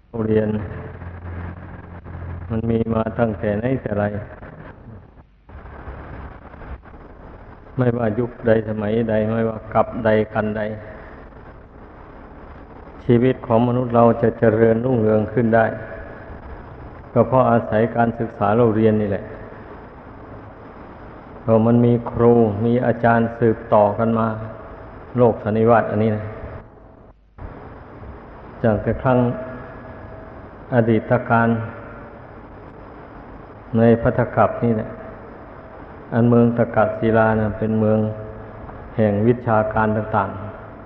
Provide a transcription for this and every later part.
โรงเรียนมันมีมาตั้งแต่ไหนแต่ไรไม่ว่ายุคใดสมัยใดไม่ว่ากับใดกันใดชีวิตของมนุษย์เราจะเจริญรุ่งเรืองขึ้นได้ก็เพราะอาศัยการศึกษาเราเรียนนี่แหละเพราะมันมีครูมีอาจารย์สืบต่อกันมาโลกสันนิวาตอันนี้นะจากแต่ครั้งอดีตการในภัตตกัปนี่แหละอันเมืองตะกัศิลานะเป็นเมืองแห่งวิชาการต่าง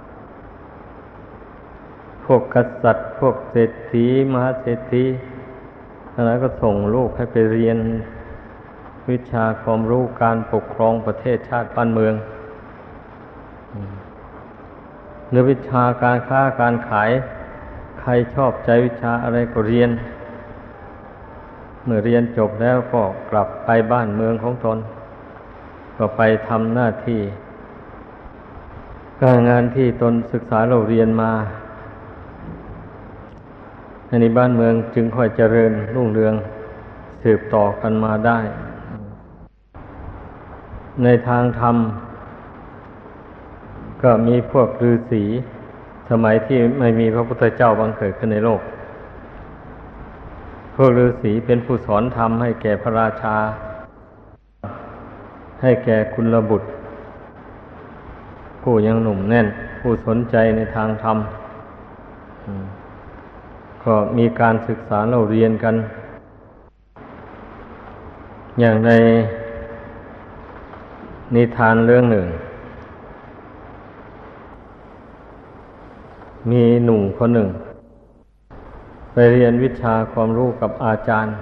ๆพวกกษัตริย์พวกเศรษฐีมหาเศรษฐีอะไรก็ส่งลูกให้ไปเรียนวิชาความรู้การปกครองประเทศชาติบ้านเมืองหรือวิชาการค้าการขายใครชอบใจวิชาอะไรก็เรียนเมื่อเรียนจบแล้วก็กลับไปบ้านเมืองของตนก็ไปทำหน้าที่การงานที่ตนศึกษาเราเรียนมาอันนี้บ้านเมืองจึงค่อยเจริญรุ่งเรืองสืบต่อกันมาได้ในทางธรรมก็มีพวกฤาษีสมัยที่ไม่มีพระพุทธเจ้าบังเกิดขึ้นในโลกพวกฤาษีเป็นผู้สอนธรรมให้แก่พระราชาให้แก่กุลบุตรผู้ยังหนุ่มแน่นผู้สนใจในทางธรรมก็มีการศึกษาเราเรียนกันอย่างในนิทานเรื่องหนึ่งมีหนุ่มคนหนึ่งไปเรียนวิชาความรู้กับอาจารย์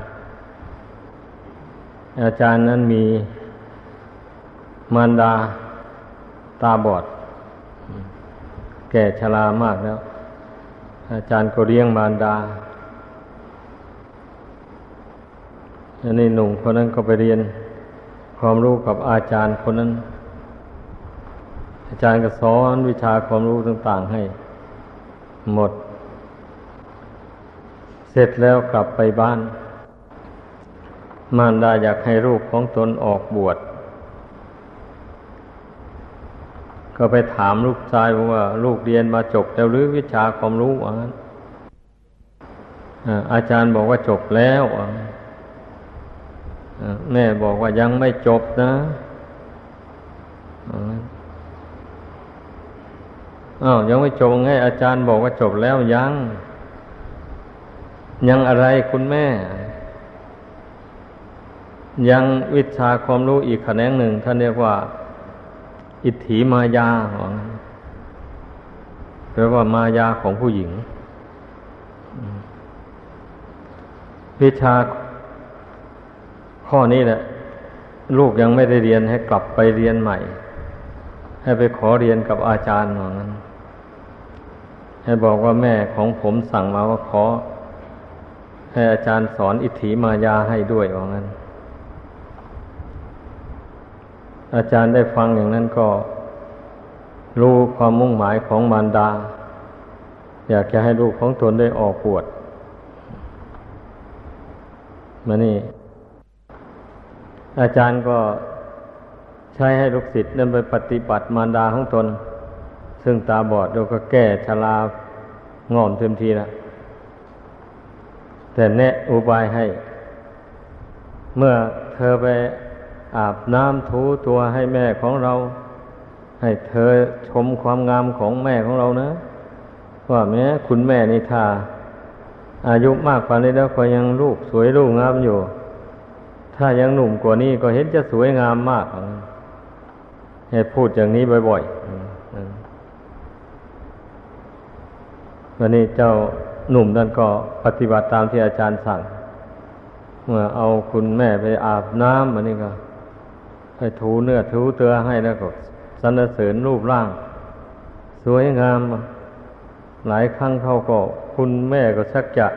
นั้นมีมารดาตาบอดแก่ชรามากแล้วอาจารย์ก็เลี้ยงมารดาอันนี้หนุ่มคนนั้นก็ไปเรียนความรู้กับอาจารย์คนนั้นอาจารย์ก็สอนวิชาความรู้ต่างๆให้หมดเสร็จแล้วกลับไปบ้านมารดาอยากให้ลูกของตนออกบวชก็ไปถามลูกชายว่าลูกเรียนมาจบแล้วหรือวิชาความรู้อาจารย์บอกว่าจบแล้วแม่บอกว่ายังไม่จบนะยังไม่จบไงอาจารย์บอกว่าจบแล้วยังอะไรคุณแม่ยังวิชาความรู้อีกแขนงหนึ่งท่านเรียกว่าอิทธิมายาแปลว่ามายาของผู้หญิงวิชาข้อนี้แหละลูกยังไม่ได้เรียนให้กลับไปเรียนใหม่ให้ไปขอเรียนกับอาจารย์ว่างั้นให้บอกว่าแม่ของผมสั่งมาว่าขอให้อาจารย์สอนอิทธิมายาให้ด้วยว่างั้นอาจารย์ได้ฟังอย่างนั้นก็รู้ความมุ่งหมายของมารดาอยากจะให้ลูกของตนได้ออกบวชมานี่อาจารย์ก็ใช้ให้ลูกศิษย์นั้นไปปฏิบัติมารดาของตนซึ่งตาบอดแล้วก็แก้ชรางอมเต็มทีแล้วแต่แนะอุบายให้เมื่อเธอไปอาบน้ำถูตัวให้แม่ของเราให้เธอชมความงามของแม่ของเรานะว่าแม้คุณแม่นี่ถ้าอายุมากกว่านี้แล้วก็ยังลูกสวยลูกงามอยู่ถ้ายังหนุ่มกว่านี้ก็เห็นจะสวยงามมากให้พูดอย่างนี้บ่อยๆวันนี้เจ้าหนุ่มนั่นก็ปฏิบัติตามที่อาจารย์สั่งเมื่อเอาคุณแม่ไปอาบน้ำมันนี่ก็ให้ถูเนื้อถูเตือให้แล้วก็สรรเสริญรูปร่างสวยงามหลายครั้งเขาก็คุณแม่ก็ชักจะ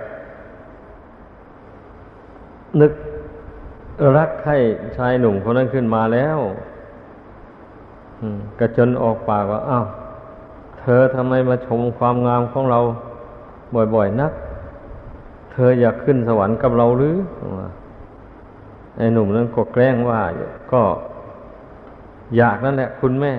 นึกรักใคร่ชายหนุ่มคนนั้นขึ้นมาแล้วก็จนออกปากว่าอ้าวเธอทำไมมาชมความงามของเราบ่อยๆนักเธออยากขึ้นสวรรค์กับเราหรือไอ้หนุ่มนั้นก็แกล้งว่าก็อยากนั่นแหละคุณแม่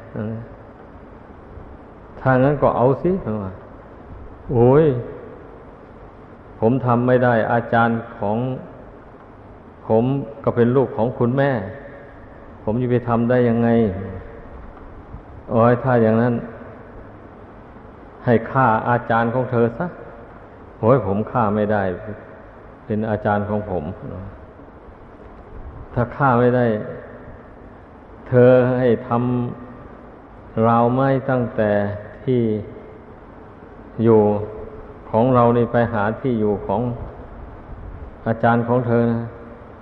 ถ้างั้นก็เอาสิโอ้ยผมทำไม่ได้อาจารย์ของผมก็เป็นลูกของคุณแม่ผมจะไปทำได้ยังไงโอ้ยถ้าอย่างนั้นให้ฆ่าอาจารย์ของเธอซะโอ้ยผมฆ่าไม่ได้เป็นอาจารย์ของผมถ้าฆ่าไม่ได้เธอให้ทำราวไม้ตั้งแต่ที่อยู่ของเรานี่ไปหาที่อยู่ของอาจารย์ของเธอนะ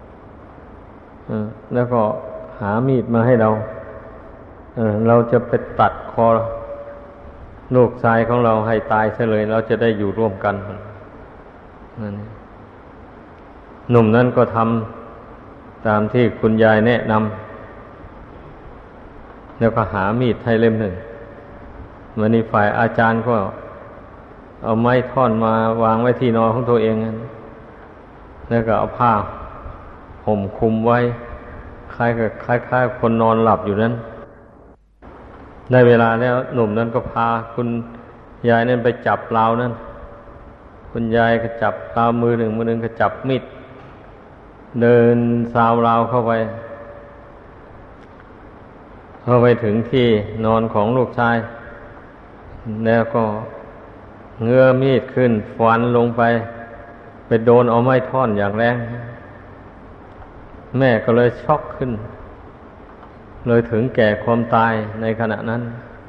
แล้วก็หามีดมาให้เราเราจะไปตัดคอลูกชายของเราให้ตายซะเลยเราจะได้อยู่ร่วมกันนั่นหนุ่มนั้นก็ทำตามที่คุณยายแนะนำแล้วก็หามีดให้เล่มหนึ่งวันนี้ฝ่ายอาจารย์ก็เอาไม้ท่อนมาวางไว้ที่นอนของตัวเองแล้วก็เอาผ้าห่มคลุมไว้คล้ายคนนอนหลับอยู่นั้นได้เวลาแล้วหนุ่มนั้นก็พาคุณยายนั้นไปจับราวนั้นคุณยายก็จับราวมือหนึ่งก็จับมีดเดินซาวราวเข้าไปถึงที่นอนของลูกชายแล้วก็เงื้อมีดขึ้นฟันลงไปโดนเอาไม้ท่อนอย่างแรงแม่ก็เลยช็อกขึ้นเลยถึงแก่ความตายในขณะนั้น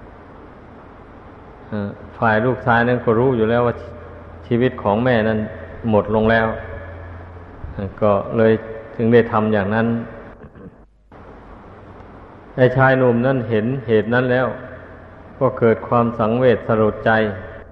ฝ่ายลูกชายนั้นก็รู้อยู่แล้วว่าชีวิตของแม่นั้นหมดลงแล้วก็เลยถึงได้ทำอย่างนั้นไอ้ชายหนุ่มนั้นเห็นเหตุนั้นแล้วก็เกิดความสังเวชสลดใจ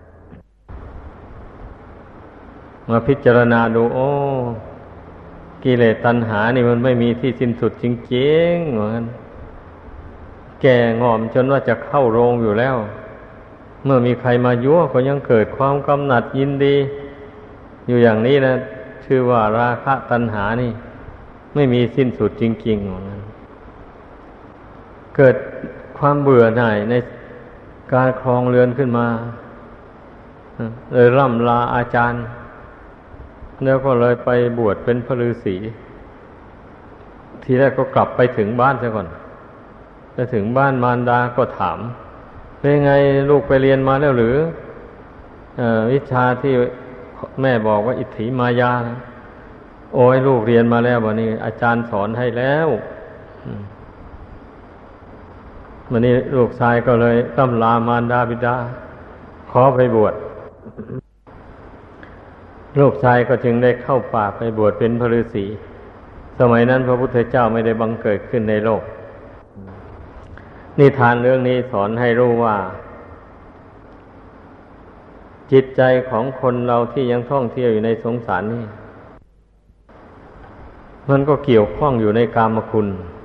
มาพิจารณาดูโอ้กิเลสตัณหานี่มันไม่มีที่สิ้นสุดจริงๆเหมือนกันแก่งอมจนว่าจะเข้าโรงอยู่แล้วเมื่อมีใครมายั่วก็ยังเกิดความกำหนัดยินดีอยู่อย่างนี้นะชื่อว่าราคะตัณหานี่ไม่มีสิ้นสุดจริงๆเหมือนกันเกิดความเบื่อหน่ายในการครองเรือนขึ้นมาเลยร่ำลาอาจารย์แล้วก็เลยไปบวชเป็นพระฤาษีทีแรกก็กลับไปถึงบ้านซะก่อนไปถึงบ้านมารดาก็ถามเป็นไงลูกไปเรียนมาแล้วหรือวิชาที่แม่บอกว่าอิทธิมายาโอ้ยลูกเรียนมาแล้ววันนี้อาจารย์สอนให้แล้ววันนี้ลูกชายก็เลยร่ำลามารดาบิดาขอไปบวชลูกชายก็จึงได้เข้าป่าไปบวชเป็นพระฤาษีสมัยนั้นพระพุทธเจ้าไม่ได้บังเกิดขึ้นในโลกนิทานเรื่องนี้สอนให้รู้ว่าจิตใจของคนเราที่ยังท่องเที่ยวอยู่ในสงสารนี่มันก็เกี่ยวข้องอยู่ในกามคุณ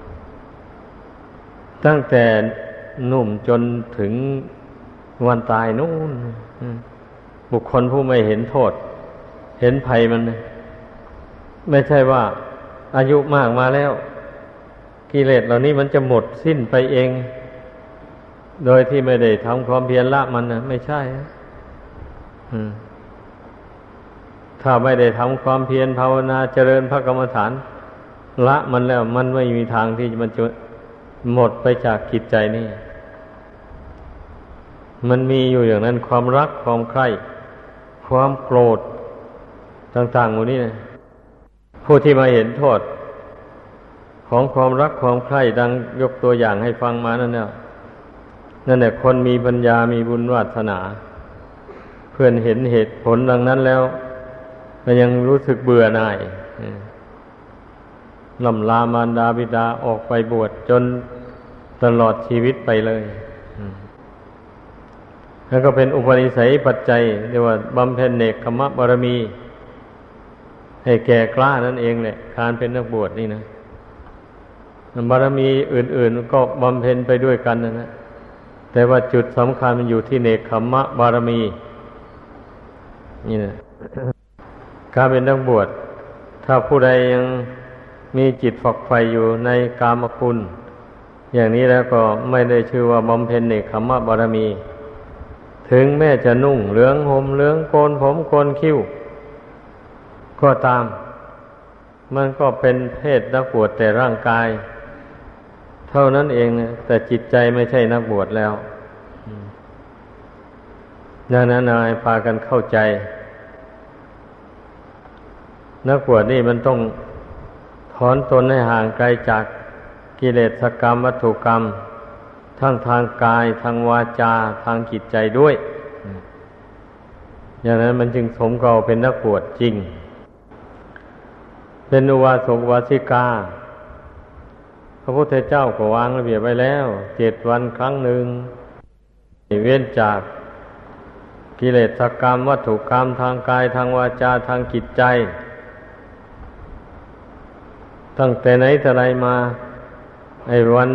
ตั้งแต่หนุ่มจนถึงวันตายนู่นบุคคลผู้ไม่เห็นโทษเห็นภัยมันไม่ใช่ว่าอายุมากมาแล้วกิเลสเหล่านี้มันจะหมดสิ้นไปเองโดยที่ไม่ได้ทำความเพียรละมันนะไม่ใช่ถ้าไม่ได้ทำความเพียรภาวนาเจริญพระกรรมฐานละมันแล้วมันไม่มีทางที่มันจะหมดไปจากจิตใจนี่มันมีอยู่อย่างนั้นความรักความใคร่ความโกรธต่างๆหมดนี้นะผู้ที่มาเห็นโทษของความรักความใคร่ดังยกตัวอย่างให้ฟังมานั่นแหละคนมีปัญญามีบุญวาสนาเพื่อนเห็นเหตุผลดังนั้นแล้วก็ยังรู้สึกเบื่อหน่ายลำลามารดาบิดาออกไปบวชจนตลอดชีวิตไปเลยแล้วก็เป็นอุปนิสัยปัจจัยเรียกว่าบำเพ็ญเนกขมะบารมีให้แก่กล้านั่นเองแหละการเป็นนักบวชนี่นะบารมีอื่นๆก็บำเพ็ญไปด้วยกันนะแต่ว่าจุดสำคัญมันอยู่ที่เนกขมะบารมีนี่นะการเป็นนักบวชถ้าผู้ใดยังมีจิตฝักใฝ่อยู่ในกามคุณอย่างนี้แล้วก็ไม่ได้ชื่อว่าบำเพ็ญเนกขัมมะบารมี ถึงแม้จะนุ่งเหลืองห่มเหลืองโกนผมโกนคิ้วก็ตามมันก็เป็นเพศนักบวชแต่ร่างกายเท่านั้นเองนะแต่จิตใจไม่ใช่นักบวชแล้วดังนั้นนายพากันเข้าใจนักบวชนี่มันต้องถอนตนให้ห่างไกลจากกิเลสกรรมวัตถุกรรมทั้งทางกายทางวาจาทางจิตใจด้วยอย่างนั้นมันจึงสมกับเป็นนักบวชจริงเป็นอุบาสกอุบาสิกาพระพุทธเจ้าก็วางระเบียบไว้แล้ว7 วันครั้งหนึ่งเว้นจากกิเลสกรรมวัตถุกรรมทางกายทางวาจาทางจิตใจตั้งแต่ไหนแต่ไรมาไอ้วัน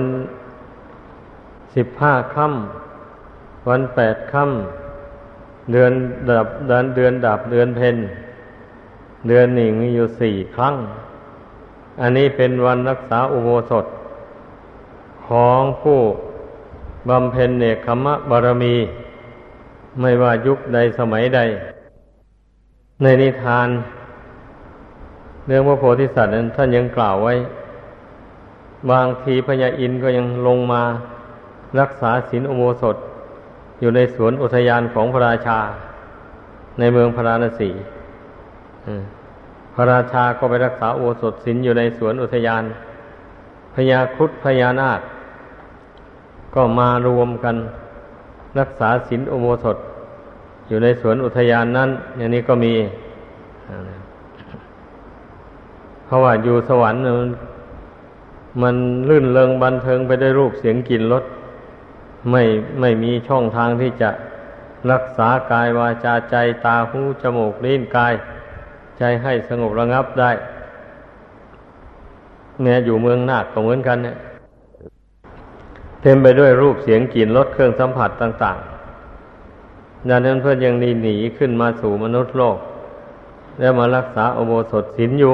15 ค่ำวัน8 ค่ำเดือนดับเดือนเพ็ญเดือนหนึ่งมีอยู่4 ครั้งอันนี้เป็นวันรักษาอุโบสถของผู้บำเพ็ญเนกขัมมะบารมีไม่ว่ายุคใดสมัยใดในนิทานเรื่องพระโพธิสัตว์นั้นท่านยังกล่าวไว้บางทีพญาอินทร์ก็ยังลงมารักษาศีลอุโบสถอยู่ในสวนอุทยานของพระราชาในเมืองพาราณสีพระราชาก็ไปรักษาอุโบสถศีลอยู่ในสวนอุทยานพญาครุฑพญานาคก็มารวมกันรักษาศีลอุโบสถอยู่ในสวนอุทยานนั้นอย่างนี้ก็มีเพราะว่าอยู่สวรรค์มันลื่นเริงบันเทิงไปด้วยรูปเสียงกลิ่นรสไม่มีช่องทางที่จะรักษากายวาจาใจตาหูจมูกลิ้นกายใจให้สงบระงับได้แม้อยู่เมืองนาคก็เหมือนกันเนี่ยเต็มไปด้วยรูปเสียงกลิ่นรสเครื่องสัมผัสต่างๆดังนั้นเพื่อนยังหนีขึ้นมาสู่มนุษย์โลกแล้วมารักษาอุโบสถศีลอยู่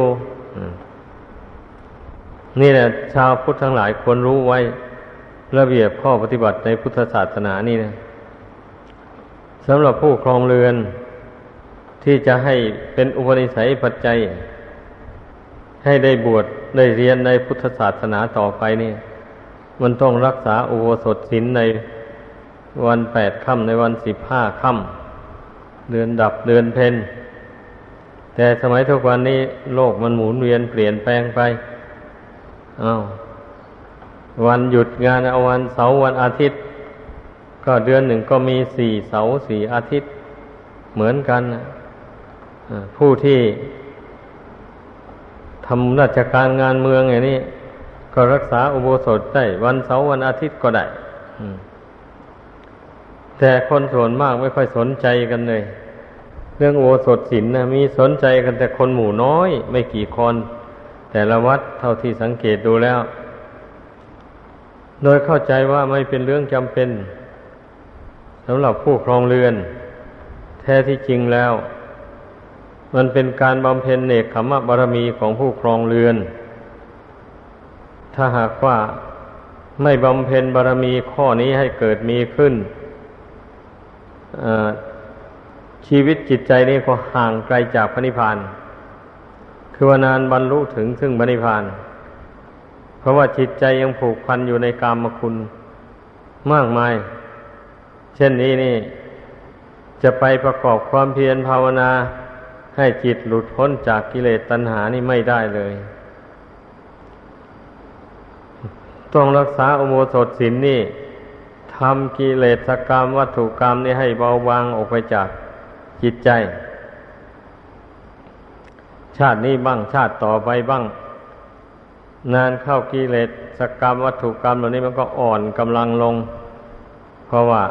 นี่แหละชาวพุทธทั้งหลายควรรู้ไว้ระเบียบข้อปฏิบัติในพุทธศาสนานี่นะสำหรับผู้ครองเรือนที่จะให้เป็นอุปนิสัยปัจจัยให้ได้บวชได้เรียนในพุทธศาสนาต่อไปนี่มันต้องรักษาอุโบสถศีลในวัน8 ค่ำในวัน15 ค่ำเดือนดับเดือนเพ็ญแต่สมัยทุกวันนี้โลกมันหมุนเวียนเปลี่ยนแปลงไปวันหยุดงานเอาวันเสาร์วันอาทิตย์ก็เดือนหนึ่งก็มี4 เสาร์4 อาทิตย์เหมือนกันผู้ที่ทำราชการงานเมืองอย่างนี้ก็รักษาอุโบสถได้วันเสาร์วันอาทิตย์ก็ได้แต่คนส่วนมากไม่ค่อยสนใจกันเลยเรื่องอุโบสถศีลนะมีสนใจกันแต่คนหมู่น้อยไม่กี่คนแต่ละวัดเท่าที่สังเกตดูแล้วโดยเข้าใจว่าไม่เป็นเรื่องจำเป็นสำหรับผู้ครองเรือนแท้ที่จริงแล้วมันเป็นการบำเพ็ญเนกขัมมะบารมีของผู้ครองเรือนถ้าหากว่าไม่บำเพ็ญบารมีข้อนี้ให้เกิดมีขึ้นชีวิตจิตใจนี้ก็ห่างไกลจากพระนิพพานคือว่านานบรรลุถึงซึ่งพระนิพพานเพราะว่าจิตใจยังผูกพันอยู่ในกามคุณมากมายเช่นนี้นี่จะไปประกอบความเพียรภาวนาให้จิตหลุดพ้นจากกิเลสตัณหานี่ไม่ได้เลยต้องรักษาอุโบสถศีลนี่ทำกิเลสกรรมวัตถุกรรมนี่ให้เบาบางออกไปจากจิตใจชาตินี้บ้างชาติต่อไปบ้างนานเข้ากิเลสกรรมวัตถุกรรมเหล่านี้มันก็อ่อนกำลังลงเพราะว่า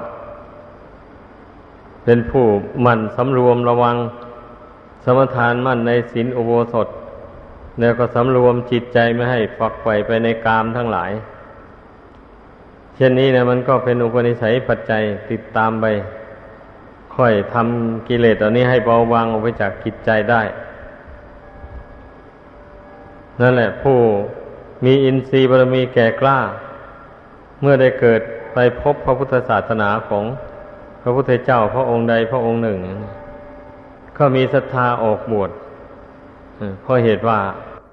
เป็นผู้หมั่นสำรวมระวังสมทานมั่นในศีลอุโบสถแล้วก็สำรวมจิตใจไม่ให้ฝักใฝ่ไปในกามทั้งหลายเช่นนี้นะมันก็เป็นอุปนิสัยปัจจัยติดตามไปค่อยทำกิเลสเหล่านี้ให้เบาบางออกไปจากจิตใจได้นั่นแหละผู้มีอินทรีย์บารมีแก่กล้าเมื่อได้เกิดไปพบพระพุทธศาสนาของพระพุทธเจ้าพระองค์ใดพระองค์หนึ่งก็มีศรัทธาออกบวชเพราะเหตุว่า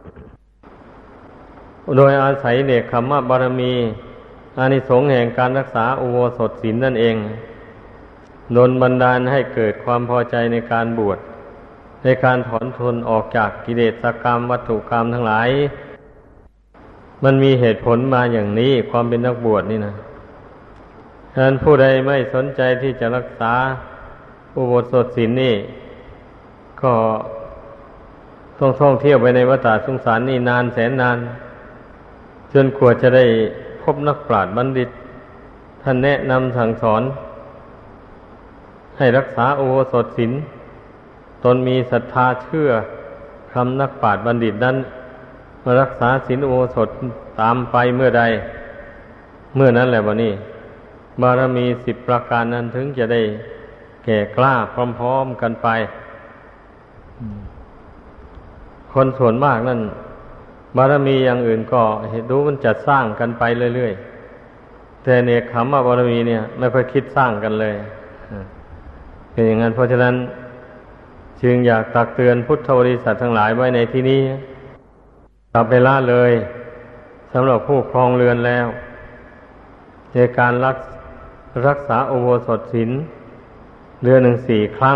โดยอาศัยเนกขัมมบารมีอานิสงส์แห่งการรักษาอุโบสถศีลนั่นเองดลบันดาลให้เกิดความพอใจในการบวชในการถอนทนออกจากกิเลสกรรมวัตถุกรรมทั้งหลายมันมีเหตุผลมาอย่างนี้ความเป็นนักบวชนี่นะฉะนั้นผู้ใดไม่สนใจที่จะรักษาอุโบสถศีลนี่ก็ต้องท่องเที่ยวไปในวัฏสงสารนี่นานแสนนานจนกว่าจะได้พบนักปราชญ์บัณฑิตท่านแนะนำสั่งสอนให้รักษาอุโบสถศีลตนมีศรัทธาเชื่อคำนักปราชญ์บัณฑิตนั้นมารักษาศีลอุโบสถตามไปเมื่อใดเมื่อนั้นแหละวะนี่บารมี10ประการนั้นถึงจะได้แก่กล้าพร้อมๆกันไปคนส่วนมากนั่นบารมีอย่างอื่นก็เห็นดูมันจะสร้างกันไปเรื่อยๆแต่เนกขัมมบารมีเนี่ยไม่ค่อยคิดสร้างกันเลยเป็นอย่างนั้นเพราะฉะนั้นจึงอยากตักเตือนพุทธบริษัททั้งหลายไว้ในที่นี้กลับไปละเลยสำหรับผู้ครองเรือนแล้วในการรักษาอุโบสถศีลเดือนหนึ่ง4 ครั้ง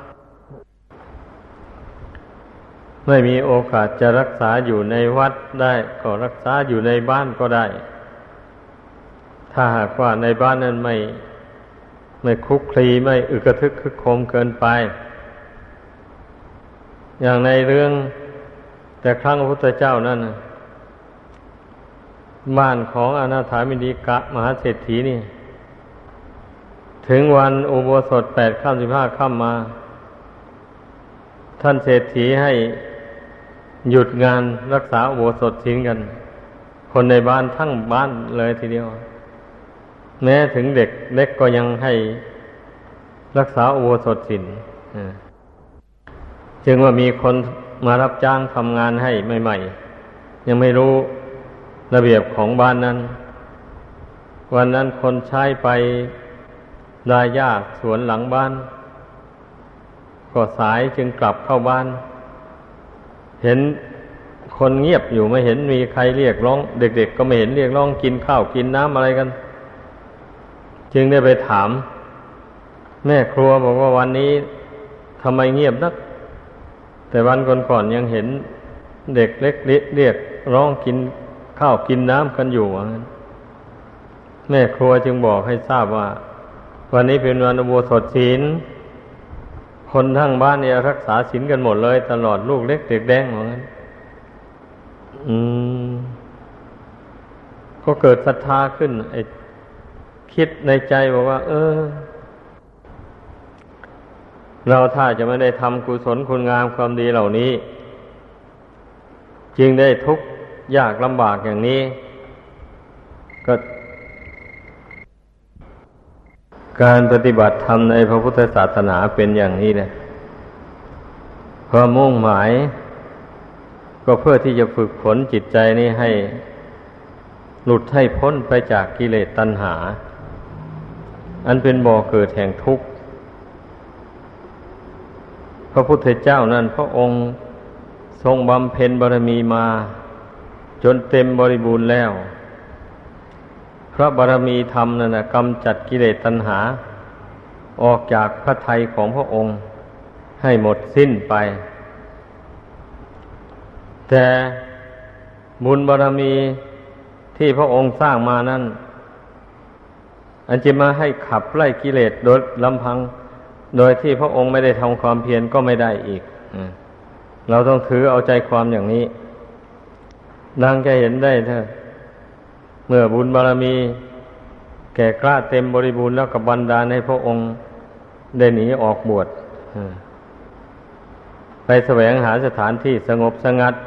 ไม่มีโอกาสจะรักษาอยู่ในวัดได้ก็รักษาอยู่ในบ้านก็ได้ถ้าหากว่าในบ้านนั้นไม่คลุกคลีไม่อึกระทึกคึกโครมเกินไปอย่างในเรื่องแต่ครั้งพระพุทธเจ้านั่นบ้านของอนาถามิณฑิกะมหาเศรษฐีนี่ถึงวันอุโบสถ8 ค่ำ 15 ค่ำมาท่านเศรษฐีให้หยุดงานรักษาอุโบสถศีลกันคนในบ้านทั้งบ้านเลยทีเดียวแม้ถึงเด็กเล็กก็ยังให้รักษาอุโบสถศีลจึงว่ามีคนมารับจ้างทำงานให้ใหม่ๆยังไม่รู้ระเบียบของบ้านนั้นวันนั้นคนใช้ไปดายหญ้าสวนหลังบ้านก็สายจึงกลับเข้าบ้านเห็นคนเงียบอยู่ไม่เห็นมีใครเรียกร้องเด็กๆก็ไม่เห็นเรียกร้องกินข้าวกินน้ำอะไรกันจึงได้ไปถามแม่ครัวบอกว่าวันนี้ทำไมเงียบนักแต่วันก่อนๆยังเห็นเด็กเล็กเรียกร้องกินข้าวกินน้ำกันอยู่ว่างั้นแม่ครัวจึงบอกให้ทราบว่าวันนี้เป็นวันอุโบสถศีลคนทั้งบ้านเนี่ยรักษาศีลกันหมดเลยตลอดลูกเล็กเด็กแดงว่างั้นก็เกิดศรัทธาขึ้นคิดในใจบอกว่าเราถ้าจะไม่ได้ทำกุศลคุณงามความดีเหล่านี้จึงได้ทุกข์ยากลำบากอย่างนี้ก็การปฏิบัติธรรมในพระพุทธศาสนาเป็นอย่างนี้แหละความมุ่งหมายก็เพื่อที่จะฝึกฝนจิตใจนี้ให้หลุดให้พ้นไปจากกิเลสตัณหาอันเป็นบ่อเกิดแห่งทุกข์พระพุทธเจ้านั้นพระองค์ทรงบำเพ็ญบารมีมาจนเต็มบริบูรณ์แล้วพระบารมีธรรมนั่นนะกำจัดกิเลสตัณหาออกจากพระทัยของพระองค์ให้หมดสิ้นไปแต่บุญบารมีที่พระองค์สร้างมานั้นอันจะมาให้ขับไล่กิเลสโดยลำพังโดยที่พระองค์ไม่ได้ทำความเพียรก็ไม่ได้อีกเราต้องถือเอาใจความอย่างนี้ดังจะเห็นได้เถอะเมื่อบุญบารมีแก่กล้าเต็มบริบูรณ์แล้วกับบันดาลให้พระองค์ได้หนีออกบวชไปแสวงหาสถานที่สงบสงัด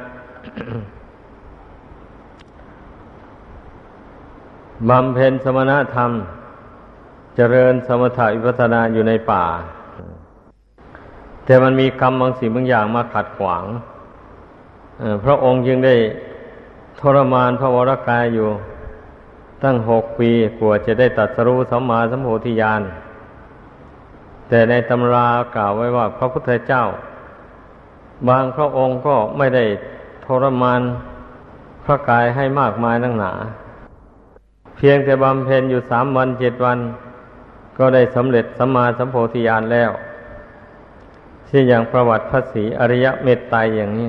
บำเพ็ญสมณธรรมเจริญสมถะวิปัสสนาอยู่ในป่าแต่มันมีกรรมบางสิ่งบางอย่างมาขัดขวางพระองค์จึงได้ทรมานพระวรกายอยู่ตั้ง6 ปีกว่าจะได้ตรัสรู้สัมมาสัมโพธิญาณแต่ในตำรากล่าวไว้ว่าพระพุทธเจ้าบางพระองค์ก็ไม่ได้ทรมานพระกายให้มากมายนักหนาเพียงแต่บำเพ็ญอยู่3 วัน7 วันก็ได้สำเร็จสัมมาสัมโพธิญาณแล้วเช่นอย่างประวัติพระศรีอริยเมตไตรอย่างนี้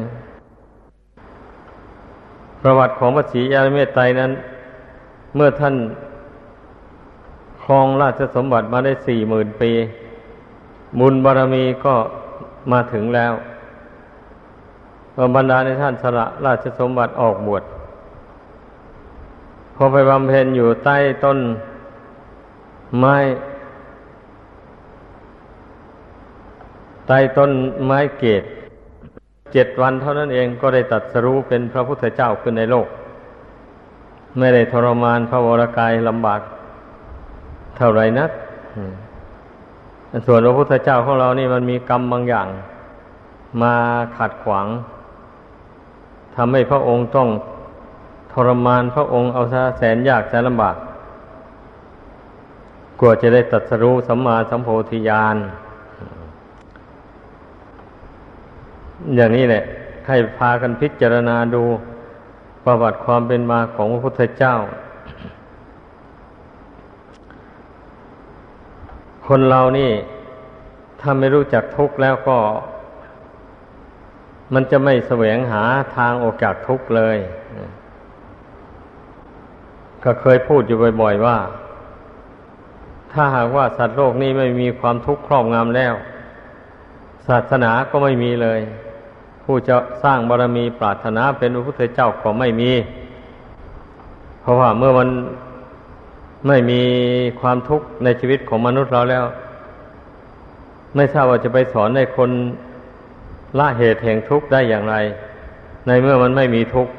ประวัติของพระศรีอริยเมตไตรนั้นเมื่อท่านครองราชสมบัติมาได้ 40,000 ปีบุญบารมีก็มาถึงแล้วบรรดาในท่านสละราชสมบัติออกบวชพอไปบำเพ็ญอยู่ใต้ต้นไม้เกศ7 วันเท่านั้นเองก็ได้ตรัสรู้เป็นพระพุทธเจ้าขึ้นในโลกไม่ได้ทรมานพระวรกายลำบากเท่าไรนักส่วนพระพุทธเจ้าของเรานี่มันมีกรรมบางอย่างมาขัดขวางทำให้พระองค์ต้องทรมานพระองค์เอาซะแสนยากแสนลำบากกว่าจะได้ตรัสรู้สัมมาสัมโพธิญาณอย่างนี้แหละให้พากันพิจารณาดูประวัติความเป็นมาของพระพุทธเจ้าคนเรานี่ถ้าไม่รู้จักทุกข์แล้วก็มันจะไม่แสวงหาทางออกจากทุกข์เลยก็เคยพูดอยู่บ่อยๆว่าถ้าหากว่าสัตว์โลกนี้ไม่มีความทุกข์ครอบงำแล้วศาสนาก็ไม่มีเลยผู้จะสร้างบารมีปรารถนาเป็นพระพุทธเจ้าก็ไม่มีเพราะว่าเมื่อมันไม่มีความทุกข์ในชีวิตของมนุษย์เราแล้วไม่ทราบว่าจะไปสอนให้คนละเหตุแห่งทุกข์ได้อย่างไรในเมื่อมันไม่มีทุกข์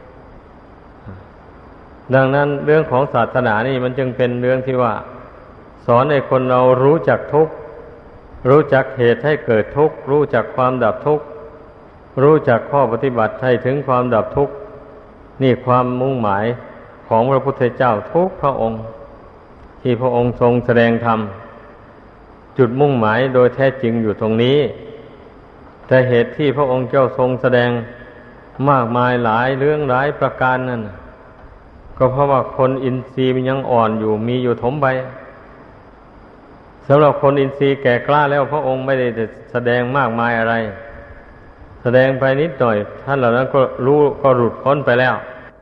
ดังนั้นเรื่องของศาสนานี่มันจึงเป็นเรื่องที่ว่าสอนให้คนเรารู้จักทุกข์รู้จักเหตุให้เกิดทุกข์รู้จักความดับทุกข์รู้จักข้อปฏิบัติให้ถึงความดับทุกข์นี่ความมุ่งหมายของพระพุทธเจ้าทุกพระองค์ที่พระองค์ทรงแสดงธรรมจุดมุ่งหมายโดยแท้จริงอยู่ตรงนี้แต่เหตุที่พระองค์เจ้าทรงแสดงมากมายหลายเรื่องหลายประการนั่นก็เพราะว่าคนอินทรีย์มันยังอ่อนอยู่มีอยู่ถมไปสำหรับคนอินทรีย์แก่กล้าแล้วพระองค์ไม่ได้แสดงมากมายอะไรแสดงไปนิดหน่อยท่านเหล่านั้นก็รู้ก็หลุดพ้นไปแล้ว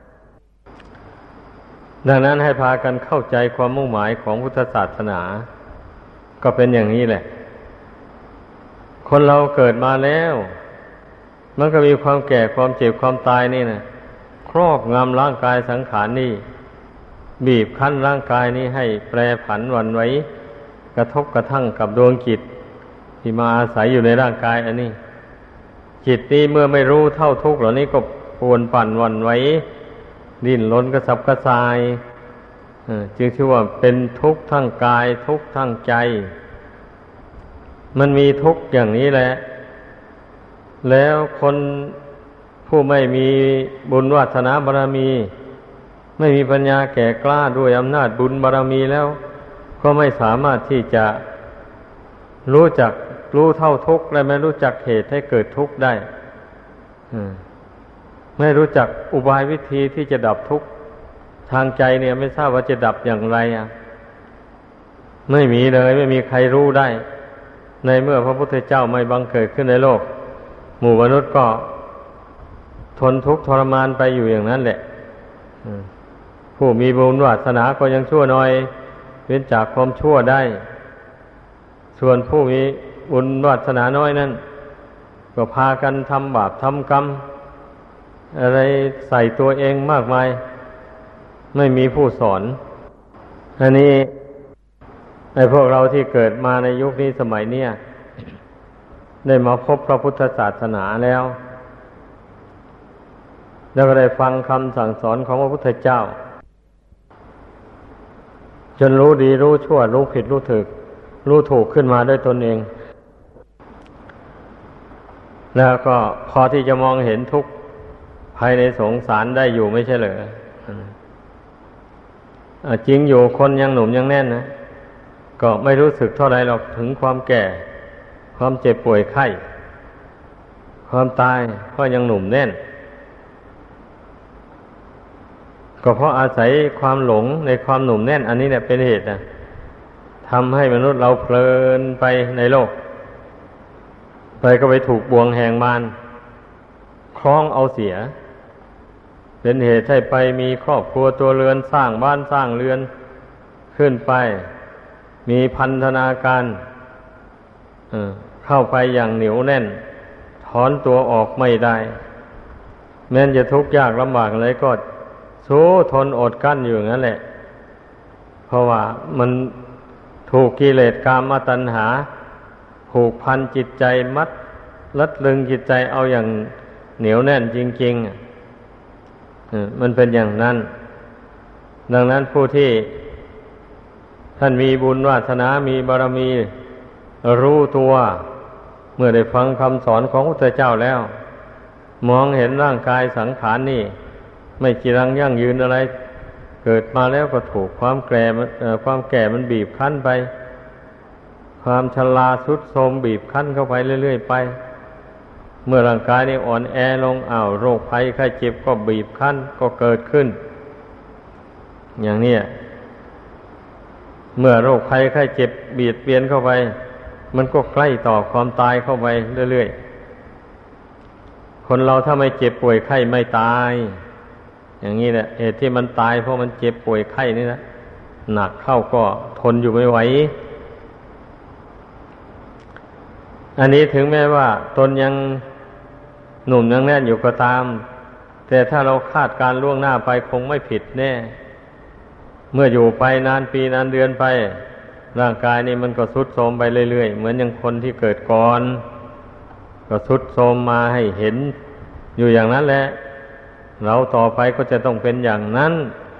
ดังนั้นให้พากันเข้าใจความมุ่งหมายของพุทธศาสนาก็เป็นอย่างนี้แหละคนเราเกิดมาแล้วมันก็มีความแก่ความเจ็บความตายนี่นะครอบงำร่างกายสังขารนี่บีบคั้นร่างกายนี้ให้แปรผันหวั่นไหวกระทบกระทั่งกับดวงจิตที่มาอาศัยอยู่ในร่างกายอันนี้จิตนี้เมื่อไม่รู้เท่าทุกข์เหล่านี้ก็ปวนปั่นหวั่นไหวดิ้นรนกระสับกระส่ายจึงชื่อว่าเป็นทุกข์ทั้งกายทุกข์ทั้งใจมันมีทุกข์อย่างนี้แหละแล้วคนผู้ไม่มีบุญวาสนาบารมีไม่มีปัญญาแก่กล้าด้วยอำนาจบุญบารมีแล้วก็ไม่สามารถที่จะรู้เท่าทุกข์และไม่รู้จักเหตุให้เกิดทุกข์ได้ไม่รู้จักอุบายวิธีที่จะดับทุกข์ทางใจเนี่ยไม่ทราบว่าจะดับอย่างไรไม่มีเลยไม่มีใครรู้ได้ในเมื่อพระพุทธเจ้าไม่บังเกิดขึ้นในโลกหมู่มนุษย์ก็ทนทุกข์ทรมานไปอยู่อย่างนั้นแหละผู้มีบุญวาสนาก็ยังชั่วน้อยเว้นจากความชั่วได้ส่วนผู้มีบุญวาสนาน้อยนั้นก็พากันทำบาปทำกรรมอะไรใส่ตัวเองมากมายไม่มีผู้สอนอันนี้ไอ้พวกเราที่เกิดมาในยุคนี้สมัยเนี้ยได้มาพบพระพุทธศาสนาแล้วก็ได้ฟังคำสั่งสอนของพระพุทธเจ้าจนรู้ดีรู้ชั่วรู้ผิดรู้ถูกขึ้นมาด้วยตนเองแล้วก็พอที่จะมองเห็นทุกข์ภายในสงสารได้อยู่ไม่ใช่เหรอจริงอยู่คนยังหนุ่มยังแน่นนะก็ไม่รู้สึกเท่าไรหรอกถึงความแก่ความเจ็บป่วยไข้ความตายก็ยังหนุ่มแน่นก็เพราะอาศัยความหลงในความหนุ่มแน่นอันนี้เนี่ยเป็นเหตุนะทำให้มนุษย์เราเพลินไปในโลกไปก็ไปถูกบ่วงแห่งมารคล้องเอาเสียเป็นเหตุให้ไปมีครอบครัวตัวเรือนสร้างบ้านสร้างเรือนขึ้นไปมีพันธนาการเข้าไปอย่างเหนียวแน่นถอนตัวออกไม่ได้แม้จะทุกข์ยากลำบากอะไรก็สู้ทนอดกั้นอยู่อย่างนั้นแหละเพราะว่ามันถูกกิเลสกามตัณหาผูกพันจิตใจมัดลัดลึงจิตใจเอาอย่างเหนียวแน่นจริงๆมันเป็นอย่างนั้นดังนั้นผู้ที่ท่านมีบุญวาสนามีบารมีรู้ตัวเมื่อได้ฟังคำสอนของพระพุทธเจ้าแล้วมองเห็นร่างกายสังขารนี่ไม่จีรังยั่งยืนอะไรเกิดมาแล้วก็ถูกความแก่มันบีบคั้นไปความชราทรุดโทรมบีบคั้นเข้าไปเรื่อยๆไปเมื่อร่างกายนี้อ่อนแอลงโรคภัยไข้เจ็บก็บีบคั้นก็เกิดขึ้นอย่างนี้เมื่อโรคภัยไข้เจ็บเบียดเบียนเข้าไปมันก็ใกล้ต่อความตายเข้าไปเรื่อยๆคนเราถ้าไม่เจ็บป่วยไข้ไม่ตายอย่างนี้แหละเหตุที่มันตายเพราะมันเจ็บป่วยไข้นี่นะหนักเข้าก็ทนอยู่ไม่ไหวอันนี้ถึงแม้ว่าตนยังหนุ่มยังแน่นอยู่ก็ตามแต่ถ้าเราคาดการล่วงหน้าไปคงไม่ผิดแน่เมื่ออยู่ไปนานปีนานเดือนไปร่างกายนี่มันก็ทรุดโทรมไปเรื่อยๆเหมือนอย่างคนที่เกิดก่อนก็ทรุดโทรมมาให้เห็นอยู่อย่างนั้นแหละเราต่อไปก็จะต้องเป็นอย่างนั้น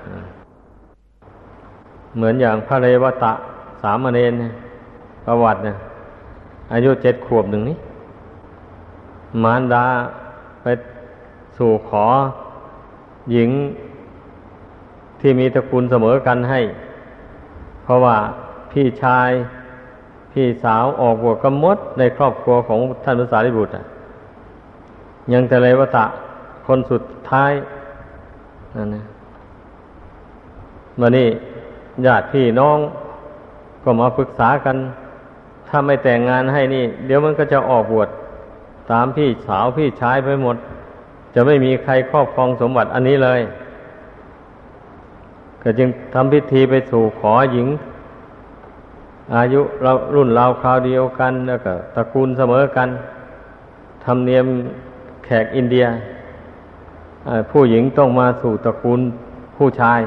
เหมือนอย่างพระเรวตะสามเณรประวัติเนี่ยอายุ7 ขวบหนึ่งนี้มารดาไปสู่ขอหญิงที่มีตระกูลเสมอกันให้เพราะว่าพี่ชายพี่สาวออกบวชก็หมดในครอบครัวของท่านพระสารีบุตรยังแต่เรวตะคนสุดท้ายนั่นนะวันนี้ญาติพี่น้องก็มาปรึกษากันถ้าไม่แต่งงานให้นี่เดี๋ยวมันก็จะออกบวชตามพี่สาวพี่ชายไปหมดจะไม่มีใครครอบครองสมบัติอันนี้เลยก็จึงทำพิธีไปสู่ขอหญิงอายุรุ่นราวคราวเดียวกันแล้วก็ตระกูลเสมอกันธรรมเนียมแขกอินเดียผู้หญิงต้องมาสู่ตระกูลผู้ชาย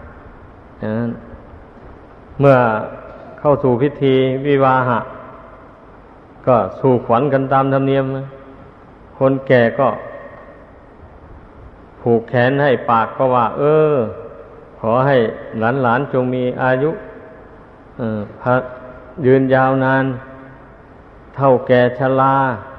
เมื่อเข้าสู่พิธีวิวาหะก็สู่ขวัญกันตามธรรมเนียมคนแก่ก็ผูกแขนให้ปากก็ว่าขอให้หลานๆจงมีอายุยืนยาวนานเท่าแก่ชรา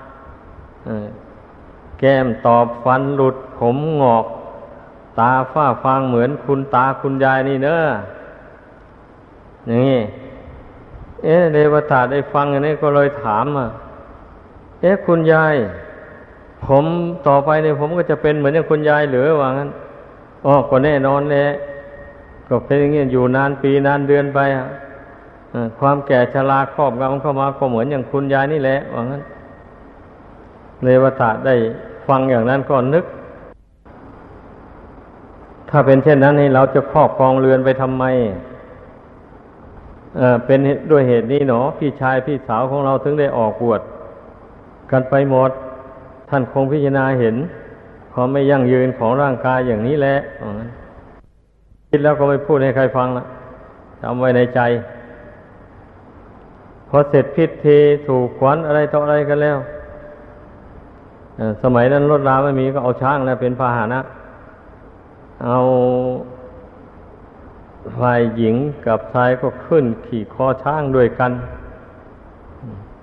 แก้มตอบฟันหลุดผมงอกตาฝ้าฟางเหมือนคุณตาคุณยายนี่เนอะอย่างนี้เรวตะได้ฟังอย่างนี้ก็เลยถามคุณยายผมต่อไปเนี่ยผมก็จะเป็นเหมือนอย่างคุณยายหรือว่างั้นก็แน่นอนแหละก็เป็นอย่างนี้อยู่นานปีนานเดือนไปความแก่ชราครอบงำเข้ามาก็เหมือนอย่างคุณยายนี่แหละว่างั้นเรวตะได้ฟังอย่างนั้นก็นึกถ้าเป็นเช่นนั้นให้เราจะครอบครองเรือนไปทำไมเป็นด้วยเหตุนี้หนอพี่ชายพี่สาวของเราถึงได้ออกบวชกันไปหมดท่านคงพิจารณาเห็นความไม่ยั่งยืนของร่างกายอย่างนี้แหละคิดแล้วก็ไม่พูดให้ใครฟังละจำไว้ในใจพอเสร็จพิธีสู่ขวัญอะไรต่ออะไรกันแล้วสมัยนั้นรถราไม่มีก็เอาช้างแล้วเป็นพาหนะเอาฝ่ายหญิงกับชายก็ขึ้นขี่คอช้างด้วยกัน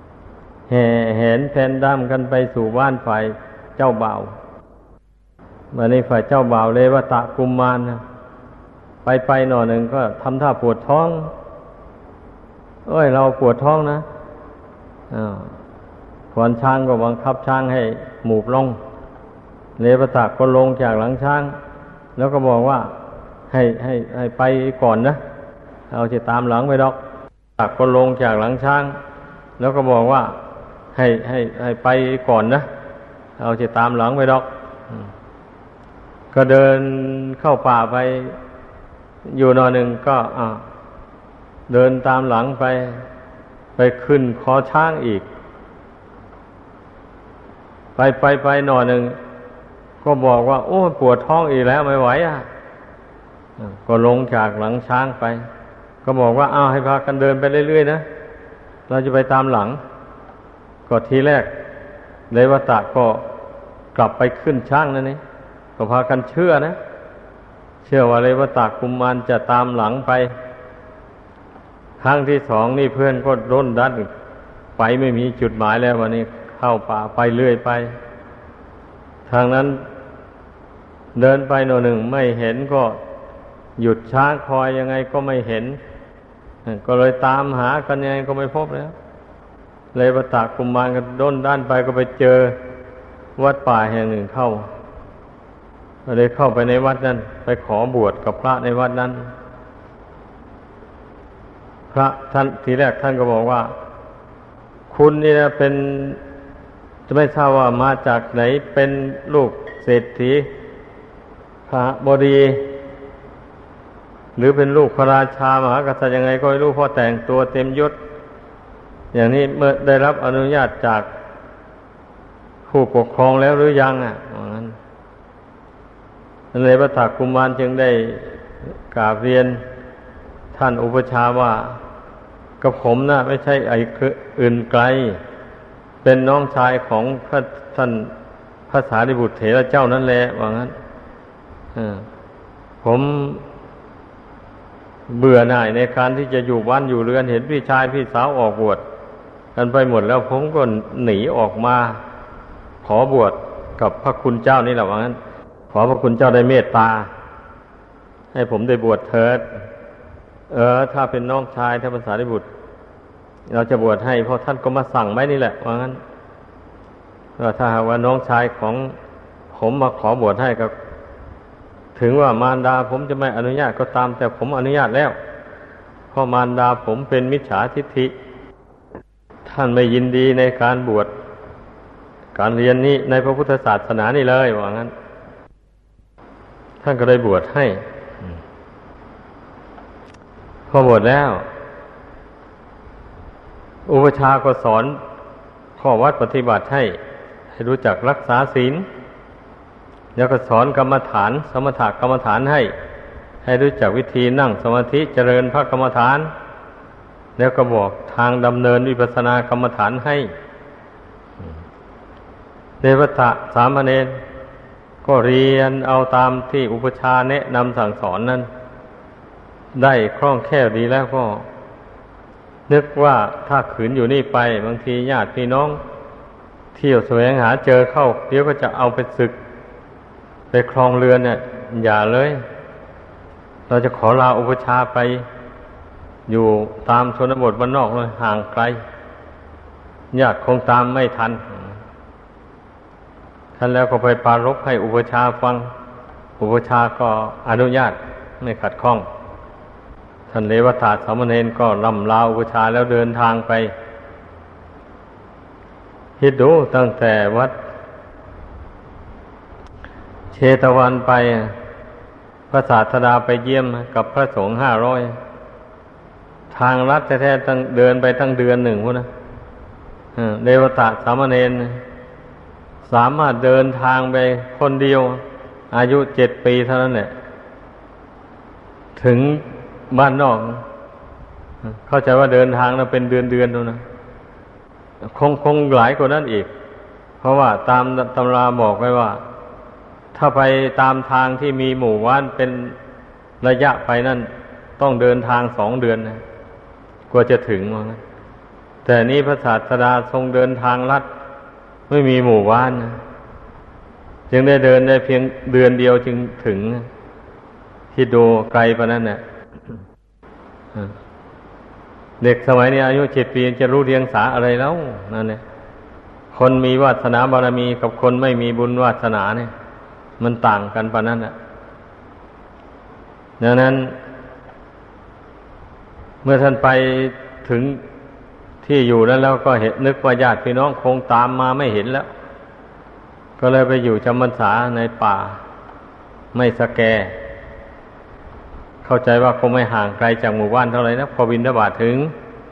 แห่แหนแผ่นดำกันไปสู่บ้านฝ่ายเจ้าบ่าววันนี้ฝ่ายเจ้าบ่าวเลวตะกุมมารนะไปหน่อยหนึ่งก็ทำท่าปวดท้องเอ้ยเราปวดท้องนะขวานช้างก็บังคับช้างให้หมูบลงเลวตะก็ลงจากหลังช้างแล้วก็บอกว่าให้ไปก่อนนะเราจะตามหลังไปดอกตักก็ลงจากหลังช้างแล้วก็บอกว่าให้ไปก่อนนะเราจะตามหลังไปดอกก็เดินเข้าป่าไปอยู่หน่อยหนึ่งก็เดินตามหลังไปขึ้นคอช้างอีกไปหน่อยหนึ่งก็บอกว่าโอ้ปวดท้องอีกแล้วไม่ไหวก็ลงจากหลังช้างไปก็บอกว่าให้พากันเดินไปเรื่อยๆนะเราจะไปตามหลังก็ทีแรกเลวตะก็กลับไปขึ้นช้างนั่นนี่ก็พากันเชื่อว่าเลวตะกุมมารจะตามหลังไปครั้งที่สองนี่เพื่อนก็ร่นดันไปไม่มีจุดหมายแล้ววันนี้เข้าป่าไปเรื่อยไปทางนั้นเดินไปหน่อยหนึ่งไม่เห็นก็หยุดช้างคอยยังไงก็ไม่เห็นก็เลยตามหากันยังไงก็ไม่พบแล้วเลวตะกุมมารก็ด้นด้านไปก็ไปเจอวัดป่าแห่งหนึ่งเข้าเลยเข้าไปในวัดนั้นไปขอบวชกับพระในวัดนั้นพระท่านทีแรกท่านก็บอกว่าคุณนี่นะเป็นจะไม่ทราบว่ามาจากไหนเป็นลูกเศรษฐีพระบดีหรือเป็นลูกพระราชามหากษัตริย์ยังไงก็ไม่รู้เพราะแต่งตัวเต็มยศอย่างนี้เมื่อได้รับอนุญาตจากผู้ปกครองแล้วหรือยังว่างั้นเลยพระตากกุมารจึงได้กราบเรียนท่านอุปชฌาย์ว่ากับผมนะไม่ใช่อื่นไกลเป็นน้องชายของท่านพระสารีบุตรเถระเจ้านั่นแหละว่างั้นผมเบื่อหน่ายในการที่จะอยู่บ้านอยู่เรือนเห็นพี่ชายพี่สาวออกบวชกันไปหมดแล้วผมก็หนีออกมาขอบวชกับพระคุณเจ้านี่แหละว่างั้นขอพระคุณเจ้าได้เมตตาให้ผมได้บวชเถิดถ้าเป็นน้องชายท่านพระสารีบุตรเราจะบวชให้เพราะท่านก็มาสั่งไว้นี่แหละว่างั้นถ้าหากว่าน้องชายของผมมาขอบวชให้ก็ถึงว่ามารดาผมจะไม่อนุญาตก็ตามแต่ผมอนุญาตแล้วเพราะมารดาผมเป็นมิจฉาทิฏฐิท่านไม่ยินดีในการบวชการเรียนนี้ในพระพุทธศาสนานี่เลยว่างั้นท่านก็เลยบวชให้พอบวชแล้วอุปชฌาย์ก็สอนข้อวัดปฏิบัติให้รู้จักรักษาศีลแล้วก็สอนกรรมฐานสมถะกรรมฐานให้รู้จักวิธีนั่งสมาธิเจริญพระกรรมฐานแล้วก็บอกทางดำเนินวิปัสสนากรรมฐานให้เดวตะสามเณรก็เรียนเอาตามที่อุปชฌาย์แนะนำสั่งสอนนั้นได้คล่องแคล่วดีแล้วก็นึกว่าถ้าขืนอยู่นี่ไปบางทีญาติพี่น้องเที่ยวแสวงหาเจอเข้าเดี๋ยวก็จะเอาไปศึกไปครองเรือนเนี่ยอย่าเลยเราจะขอลาอุปชฌาย์ไปอยู่ตามชนบทบ้านนอกเลยห่างไกลญาติคงตามไม่ทันท่านแล้วก็ไปปรารภให้อุปชฌาย์ฟังอุปชฌาย์ก็อนุญาตไม่ขัดข้องท่านเลวตะสามเณรก็ร่ำลาอุปชฌาย์แล้วเดินทางไปคิดดูตั้งแต่วัดเชตวันไปพระศาสดาไปเยี่ยมกับพระสงฆ์500ทางลัดแท้ๆตั้งเดินไปตั้งเดือนหนึ่งพุ่นนะเลวตะสามเณรสามารถเดินทางไปคนเดียวอายุ7 ปีเท่านั้นแหละถึงบ้านนอกเข้าใจว่าเดินทางนะเป็นเดือนๆดูนะคงหลายกว่านั้นอีกเพราะว่าตามตำราบอกไว้ว่าถ้าไปตามทางที่มีหมู่บ้านเป็นระยะไปนั่นต้องเดินทาง2 เดือนนะกว่าจะถึงว่างั้นแต่นี้พระศาสดาทรงเดินทางลัดไม่มีหมู่บ้านนะจึงได้เดินได้เพียงเดือนเดียวจึงถึงที่ดูไกลปานนั้นเนี่ยเด็กสมัยนี้อายุ7 ปีจะรู้เรียงสาอะไรแล้วนั่นเนี่ยคนมีวาสนาบารมีกับคนไม่มีบุญวาสนาเนี่ยมันต่างกันปานนั้นน่ะดังนั้นเมื่อท่านไปถึงที่อยู่นั้นแล้วก็เห็นนึกว่าญาติพี่น้องคงตามมาไม่เห็นแล้วก็เลยไปอยู่จำพรรษาในป่าไม่สแกเข้าใจว่าคงไม่ห่างไกลจากหมู่บ้านเท่าไหร่นะพอบิณฑบาตถึง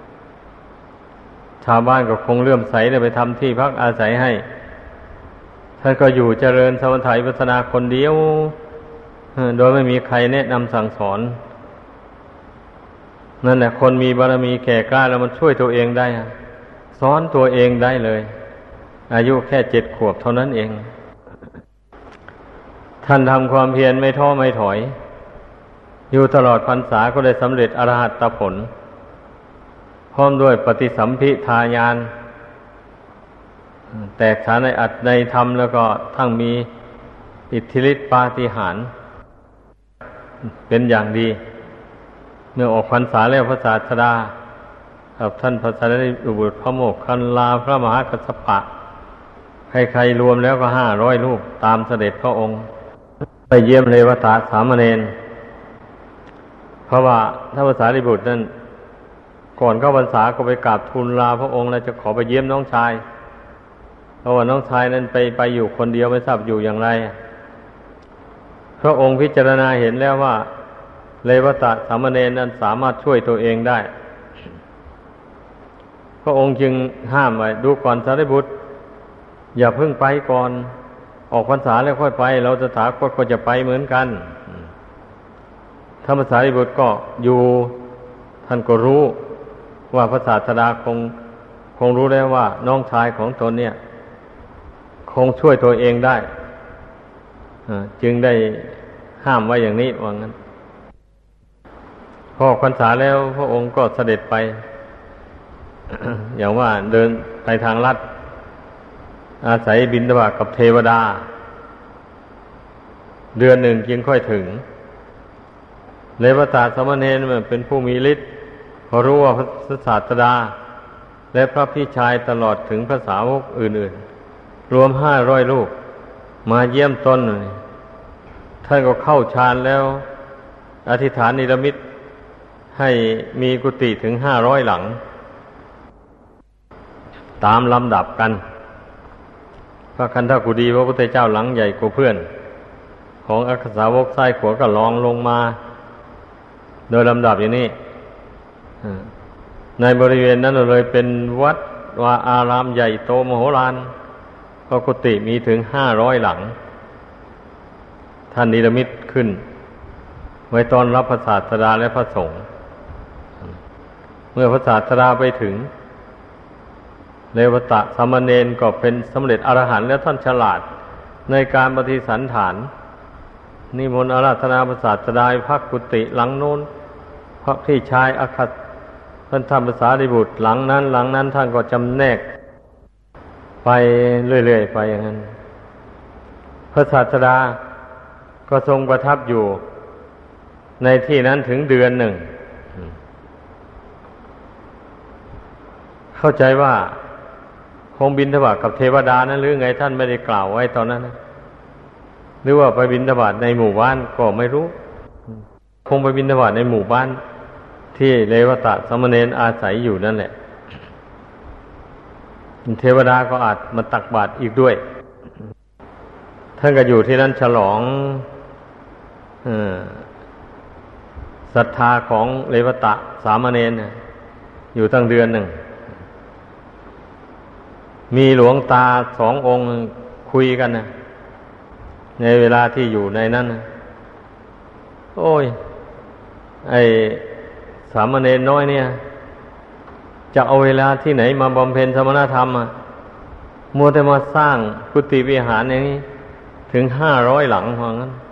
ชาวบ้านก็คงเลื่อมใสเลยไปทำที่พักอาศัยให้ท่านก็อยู่เจริญสมถะวิปัสสนาคนเดียวโดยไม่มีใครแนะนำสั่งสอนนั่นแหละคนมีบารมีแก่กล้าแล้วมันช่วยตัวเองได้สอนตัวเองได้เลยอายุแค่7 ขวบเท่านั้นเองท่านทำความเพียรไม่ท้อไม่ถอยอยู่ตลอดพรรษาก็ได้สำเร็จอรหัตผลพร้อมด้วยปฏิสัมภิทาญาณแตกฉานในอัตในธรรมแล้วก็ทั้งมีอิทธิฤทธิปาฏิหาริย์เป็นอย่างดีเมื่อออกพรรษาแล้วพระศาสดากับท่านพระสารีบุตรพระโมคคัลลาพระมหากัสสปะใครๆรวมแล้วก็500 รูปตามเสด็จพระองค์ไปเยี่ยมเรวตะสามเณรเพราะว่าท่านพระสารีบุตรนั้นก่อนเข้าพรรษาก็ไปกราบทูลลาพระองค์แล้วจะขอไปเยี่ยมน้องชายเพราะว่าน้องชายนั้นไปอยู่คนเดียวไม่ทราบอยู่อย่างไรพระองค์พิจารณาเห็นแล้วว่าเรวตะสามเณรนั้นสามารถช่วยตัวเองได้พระองค์จึงห้ามไว้ดูก่อนสารีบุตรอย่าเพิ่งไปก่อนออกพรรษาแล้วค่อยไปเราตถาคตก็จะไปเหมือนกันธรรมสารีบุตรก็อยู่ท่านก็รู้ว่าพระศาสดาคงรู้แล้วว่าน้องชายของตนเนี่ยคงช่วยตัวเองได้จึงได้ห้ามไว้อย่างนี้ว่างั้นพอพรรษาแล้วพระองค์ก็เสด็จไป อย่างว่าเดินไปทางลัดอาศัยบิณฑบาตกับเทวดาเดือนหนึ่งจึงค่อยถึงเรวตะสามเณรเป็นผู้มีฤทธิ์พอรู้ว่าพระศาสดาและพระพี่ชายตลอดถึงพระสาวกอื่นๆรวม500 รูปมาเยี่ยมตนท่านก็เข้าฌานแล้วอธิษฐานนิรมิตให้มีกุฏิถึง500 หลังตามลำดับกันพระคันธกุฎีพระพุทธเจ้าหลังใหญ่กว่าเพื่อนของอัครสาวกซ้ายขวาก็รองลงมาโดยลำดับอย่างนี้ในบริเวณนั้นเลยเป็นวัดวาอารามใหญ่โตมโหฬารพระกุฏิมีถึง500 หลังท่านนิรมิตขึ้นไว้ต้อนรับพระศาสดาและพระสงฆ์เมื่อพระศาสดาไปถึงเรวตะสามเณรก็เป็นสำเร็จอรหันต์แล้วท่านฉลาดในการปฏิสันถานนิมนต์อาราธนาพระศาสดาพักกุฏิหลังโน้นพระพี่ชายอคัตท่านธรรมสารีบุตรหลังนั้นท่านก็จำแนกไปเรื่อยๆไปอย่างนั้นพระศาสดาก็ทรงประทับอยู่ในที่นั้นถึงเดือนหนึ่งเข้าใจว่าคงบิณฑบาตกับเทวดานั้นหรือไงท่านไม่ได้กล่าวไว้ตอนนั้นนะหรือว่าไปบิณฑบาตในหมู่บ้านก็ไม่รู้คงไปบิณฑบาตในหมู่บ้านที่เรวตะสามเณรอาศัยอยู่นั่นแหละเทวดาก็อาจมาตักบาตรอีกด้วยท่านก็อยู่ที่นั่นฉลองศรัทธาของเรวตะสามเณรอยู่ตั้งเดือนหนึ่งมีหลวงตา2 องค์คุยกันนะในเวลาที่อยู่ในนั้นนะโอ้ยไอ้สามเณรน้อยเนี่ยจะเอาเวลาที่ไหนมาบำเพ็ญสมณธรรมมัวแต่มาสร้างกุฏิวิหารอย่างนี้ถึง500 หลังว่างั้น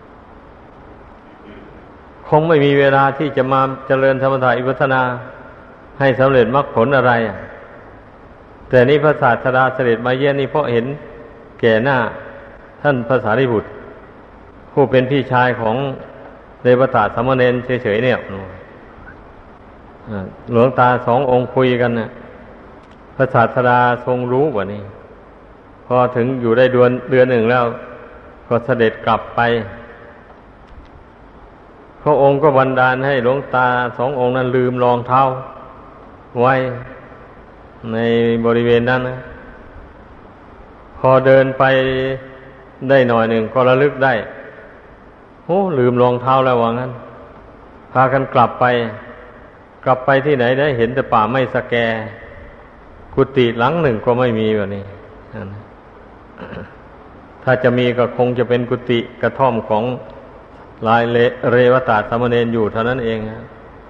คงไม่มีเวลาที่จะมาเจริญสมถะวิปัสสนาให้สำเร็จมรรคผลอะไรแต่นี้พระศาสดาเสด็จมาเยี่ยมนี่เพราะเห็นแก่หน้าท่ท่านพระสารีบุตรผู้เป็นพี่ชายของเรวตะสามเณรเฉยๆเนี่ยหลวงตาสององค์คุยกันน่ะพระศาสดาทรงรู้กว่านี้พอถึงอยู่ได้เดือนหนึ่งแล้วก็เสด็จกลับไปพระองค์ก็บันดาลให้หลวงตาสององค์นั้นลืมรองเท้าไว้ในบริเวณนั้นนะพอเดินไปได้หน่อยหนึ่งก็ระลึกได้โอ้ลืมรองเท้าแล้วว่างั้นพากันกลับไปที่ไหนได้เห็นแต่ป่าไม้สะแกกุฏิหลังหนึ่งก็ไม่มีแบบนี้ถ้าจะมีก็คงจะเป็นกุฏิกระท่อมของลายเรวตะสามเณรอยู่เท่านั้นเองนะ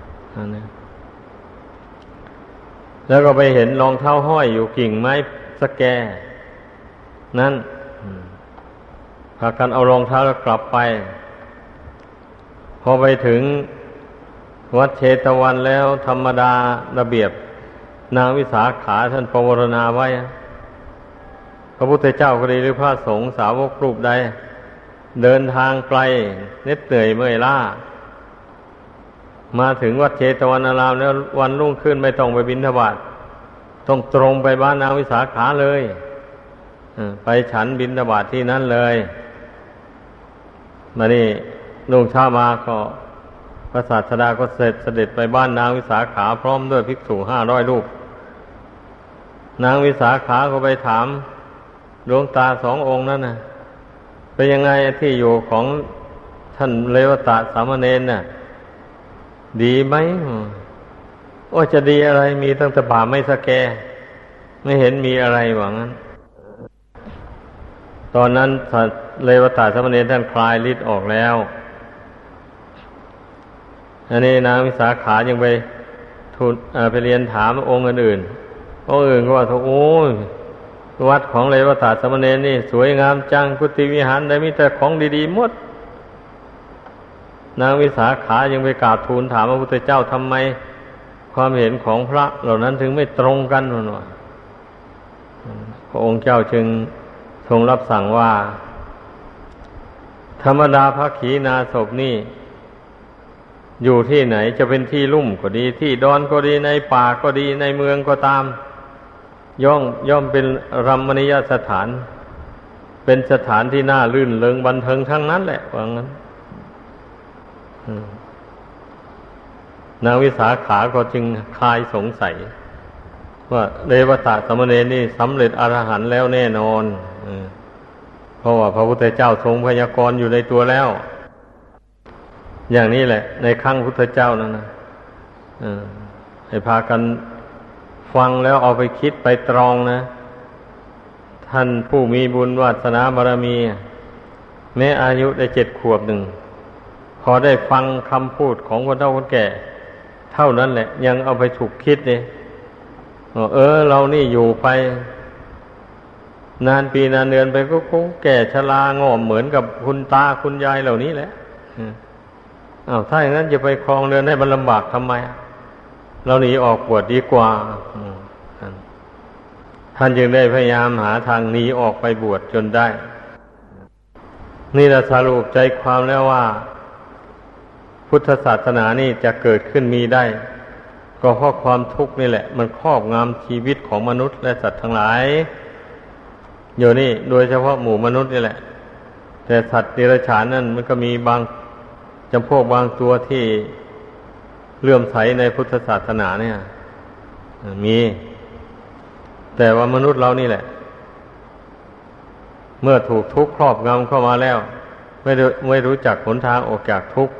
แล้วก็ไปเห็นรองเท้าห้อยอยู่กิ่งไม้สะแกนั้นพากันเอารองเท้าแล้วกลับไปพอไปถึงวัดเชตวันแล้วธรรมดาระเบียบนางวิสาขาท่านปวารณาไว้พระพุทธเจ้าก็ดีหรือพระสงฆ์สาวกรูปใดเดินทางไกลเหน็ดเหนื่อยเมื่อยล้ามาถึงวัดเชตวันอารามแล้ววันรุ่งขึ้นไม่ต้องไปบิณฑบาตต้องตรงไปบ้านนางวิสาขาเลยไปฉันบิณฑบาตที่นั่นเลยมานี่รุ่งเช้ามาก็พระศาสดาก็เสด็จไปบ้านนางวิสาขาพร้อมด้วยภิกษุ500 รูปนางวิสาขาก็ไปถามดวงตาสององค์นั้นน่ะเป็นยังไงที่อยู่ของท่านเรวตะสามเณรน่ะดีไหมโอ้จะดีอะไรมีตั้งแต่ป่าไม้สะแกไม่เห็นมีอะไรหวังนั้นตอนนั้นเรวตะสามเณรท่านคลายฤทธิ์ออกแล้วอันนี้นางวิสาขายังไปทูลไปเรียนถามองค์อื่นๆองค์อื่นก็ว่าโอ้ยวัดของเรวตะสามเณรนี่สวยงามจังกุฏิวิหารได้มีแต่ของดีๆหมดนางวิสาขายังไปกราบทูลถามพระพุทธเจ้าทำไมความเห็นของพระเหล่านั้นถึงไม่ตรงกันหน่อยพระองค์เจ้าจึงทรงรับสั่งว่าธรรมดาพระขีณาสพนี่อยู่ที่ไหนจะเป็นที่ลุ่มก็ดีที่ดอนก็ดีในป่าก็ดีในเมืองก็ตามย่อมเป็นรัมมณียสถานเป็นสถานที่น่าลื่นเริงบันเทิงทั้งนั้นแหละว่างั้นนางวิสาขาก็จึงคลายสงสัยว่าเรวตะสามเณรนี่สำเร็จอรหันต์แล้วแน่นอนเพราะว่าพระพุทธเจ้าทรงพยากรณ์อยู่ในตัวแล้วอย่างนี้แหละในครั้งพุทธเจ้านั่นนะให้พากันฟังแล้วเอาไปคิดไปตรองนะท่านผู้มีบุญวาสนาบารมีแม้อายุได้7 ขวบหนึ่งพอได้ฟังคำพูดของคนเฒ่าคนแก่เท่านั้นแหละยังเอาไปถูกคิดเลยเรานี่อยู่ไปนานปีนานเดือนไปก็คงแก่ชราง่อมเหมือนกับคุณตาคุณยายเหล่านี้แหละถ้าอย่างนั้นจะไปครองเรือนให้มันลำบากทำไมเราหนีออกบวชดีกว่าท่านจึงได้พยายามหาทางหนีออกไปบวชจนได้นี่เราสรุปใจความแล้วว่าพุทธศาสนานี่จะเกิดขึ้นมีได้ก็เพราะความทุกข์นี่แหละมันครอบงำชีวิตของมนุษย์และสัตว์ทั้งหลายอยู่นี่โดยเฉพาะหมู่มนุษย์นี่แหละแต่สัตว์เดรัจฉานนั่นมันก็มีบางจำพวกบางตัวที่เลื่อมใสในพุทธศาสนาเนี่ยมีแต่ว่ามนุษย์เรานี่แหละเมื่อถูกทุกข์ครอบงำเข้ามาแล้วไม่รู้จักหนทางออกจากทุกข์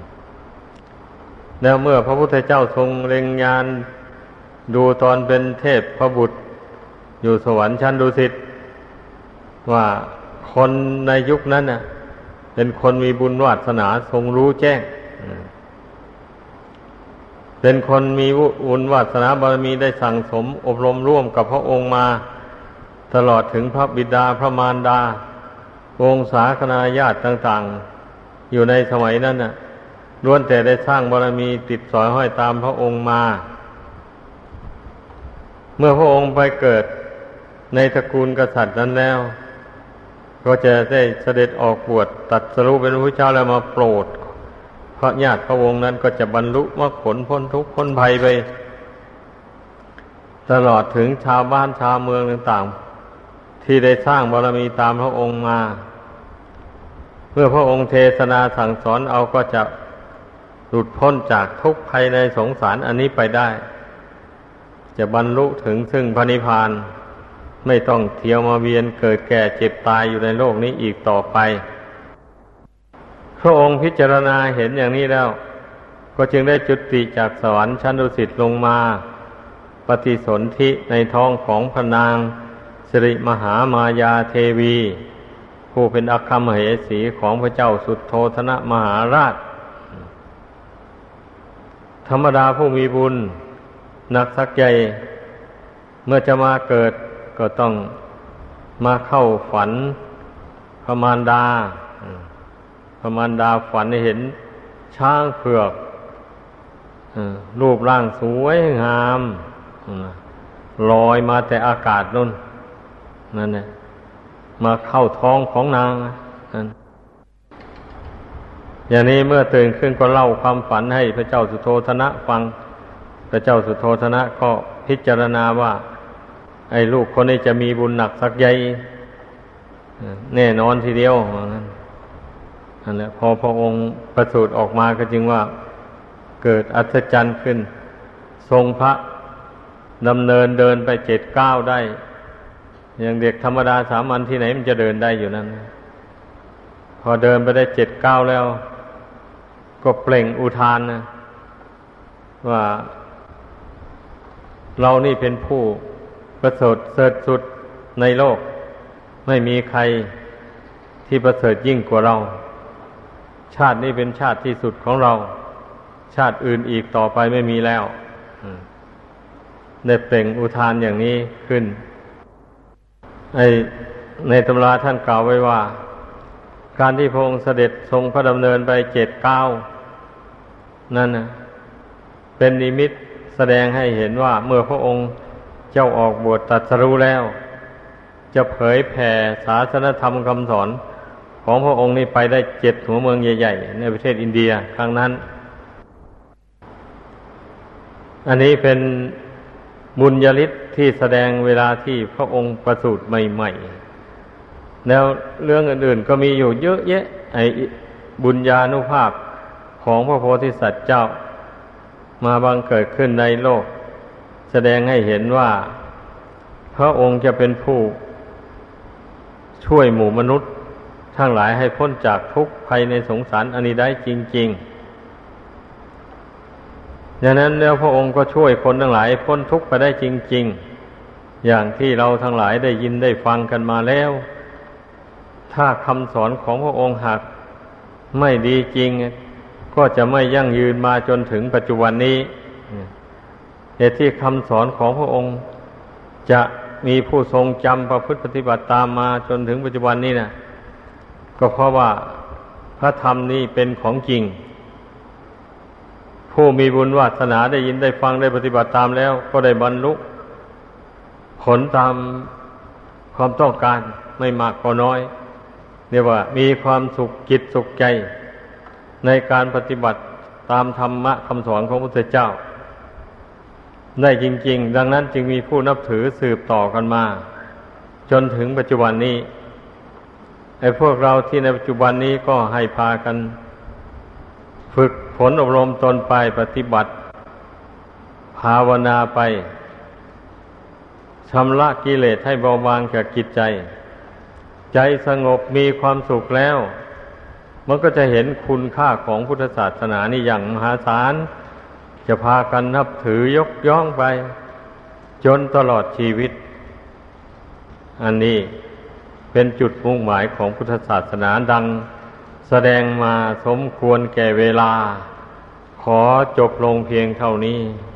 แล้วเมื่อพระพุทธเจ้าทรงเล็งญาณดูตอนเป็นเทพพระบุตรอยู่สวรรค์ชั้นดุสิตว่าคนในยุคนั้นน่ะเป็นคนมีบุญวาสนาทรงรู้แจ้งเป็นคนมีบุญวาสนาบารมีได้สั่งสมอบรมร่วมกับพระองค์มาตลอดถึงพระบิดาพระมารดาวงศาคณาญาติต่างๆอยู่ในสมัยนั้นน่ะล้วนแต่ได้สร้างบารมีติดสอยห้อยตามพระองค์มาเมื่อพระองค์ไปเกิดในตระกูลกษัตริย์นั้นแล้วก็จะได้เสด็จออกบวชตรัสรู้เป็นพระพุทธเจ้าแล้วมาโปรดพระญาติพระวงศ์นั้นก็จะบรรลุมรรคผลพ้นทุกข์พ้นภัยไปตลอดถึงชาวบ้านชาวเมืองต่างๆที่ได้สร้างบารมีตามพระองค์มาเมื่อพระองค์เทศนาสั่งสอนเอาก็จะหลุดพ้นจากทุกข์ภัยในสงสารอันนี้ไปได้จะบรรลุถึงซึ่งพระนิพพานไม่ต้องเที่ยวมาเวียนเกิดแก่เจ็บตายอยู่ในโลกนี้อีกต่อไปพระองค์พิจารณาเห็นอย่างนี้แล้วก็จึงได้จุติจากสวรรค์ชั้นดุสิตลงมาปฏิสนธิในท้องของพระนางสิริมหามายาเทวีผู้เป็นอัคคมเหสีของพระเจ้าสุทโธทนะมหาราชธรรมดาผู้มีบุญหนักสักใหญ่เมื่อจะมาเกิดก็ต้องมาเข้าฝันพระมารดาพระมารดาฝันเห็นช้างเผือกรูปร่างสวยงามลอยมาแต่อากาศนั่นแหละมาเข้าท้องของนางอย่างนี้เมื่อตื่นขึ้นก็เล่าความฝันให้พระเจ้าสุโธทนะฟังพระเจ้าสุโธทนะก็พิจารณาว่าไอ้ลูกคนนี้จะมีบุญหนักสักใหญ่แน่นอนทีเดียวนั่นแหละพอพระองค์ประสูติออกมาก็จึงว่าเกิดอัศจรรย์ขึ้นทรงพระดำเนินเดินไป7-9ได้อย่างเด็กธรรมดาสามัญที่ไหนมันจะเดินได้อยู่นั้นพอเดินไปได้7-9แล้วก็เปล่งอุทานนะว่าเรานี่เป็นผู้ประเสริฐเสริฐสุดในโลกไม่มีใครที่ประเสริฐยิ่งกว่าเราชาตินี้เป็นชาติที่สุดของเราชาติอื่นอีกต่อไปไม่มีแล้วได้เปล่งอุทานอย่างนี้ขึ้นในตำราท่านกล่าวไว้ว่าการที่พระองค์เสด็จทรงพระดำเนินไป7-9นั่นนะเป็นนิมิตแสดงให้เห็นว่าเมื่อพระองค์เจ้าออกบวชตรัสรู้แล้วจะเผยแผ่ศาสนธรรมคำสอนของพระองค์นี้ไปได้7 หัวเมืองใหญ่ๆในประเทศอินเดียครั้งนั้นอันนี้เป็นบุญญาฤทธิ์ที่แสดงเวลาที่พระองค์ประสูติใหม่ๆแล้วเรื่องอื่นๆก็มีอยู่เยอะแยะไอ้บุญญานุภาพของพระโพธิสัตว์เจ้ามาบังเกิดขึ้นในโลกแสดงให้เห็นว่าพระองค์จะเป็นผู้ช่วยหมู่มนุษย์ทั้งหลายให้พ้นจากทุกข์ภัยในสงสารอันนี้ได้จริงๆดังนั้นแล้วพระองค์ก็ช่วยคนทั้งหลายพ้นทุกข์ไปได้จริงๆอย่างที่เราทั้งหลายได้ยินได้ฟังกันมาแล้วถ้าคำสอนของพระองค์หากไม่ดีจริงก็จะไม่ยั่งยืนมาจนถึงปัจจุบันนี้เหตุที่คำสอนของพระองค์จะมีผู้ทรงจำประพฤติปฏิบัติตามมาจนถึงปัจจุบันนี้นะก็เพราะว่าพระธรรมนี้เป็นของจริงผู้มีบุญวาสนาได้ยินได้ฟังได้ปฏิบัติตามแล้วก็ได้บรรลุผลตามความต้องการไม่มากก็น้อยเรียกว่ามีความสุขจิตสุขใจในการปฏิบัติตามธรรมะคำสอนของพระพุทธเจ้าได้จริงๆดังนั้นจึงมีผู้นับถือสืบต่อกันมาจนถึงปัจจุบันนี้ไอ้พวกเราที่ในปัจจุบันนี้ก็ให้พากันฝึกฝนอบรมตนไปปฏิบัติภาวนาไปชำระกิเลสให้เบาบางจากจิตใจใจสงบมีความสุขแล้วมันก็จะเห็นคุณค่าของพุทธศาสนานี่อย่างมหาศาลจะพากันนับถือยกย่องไปจนตลอดชีวิตอันนี้เป็นจุดมุ่งหมายของพุทธศาสนาดังแสดงมาสมควรแก่เวลาขอจบลงเพียงเท่านี้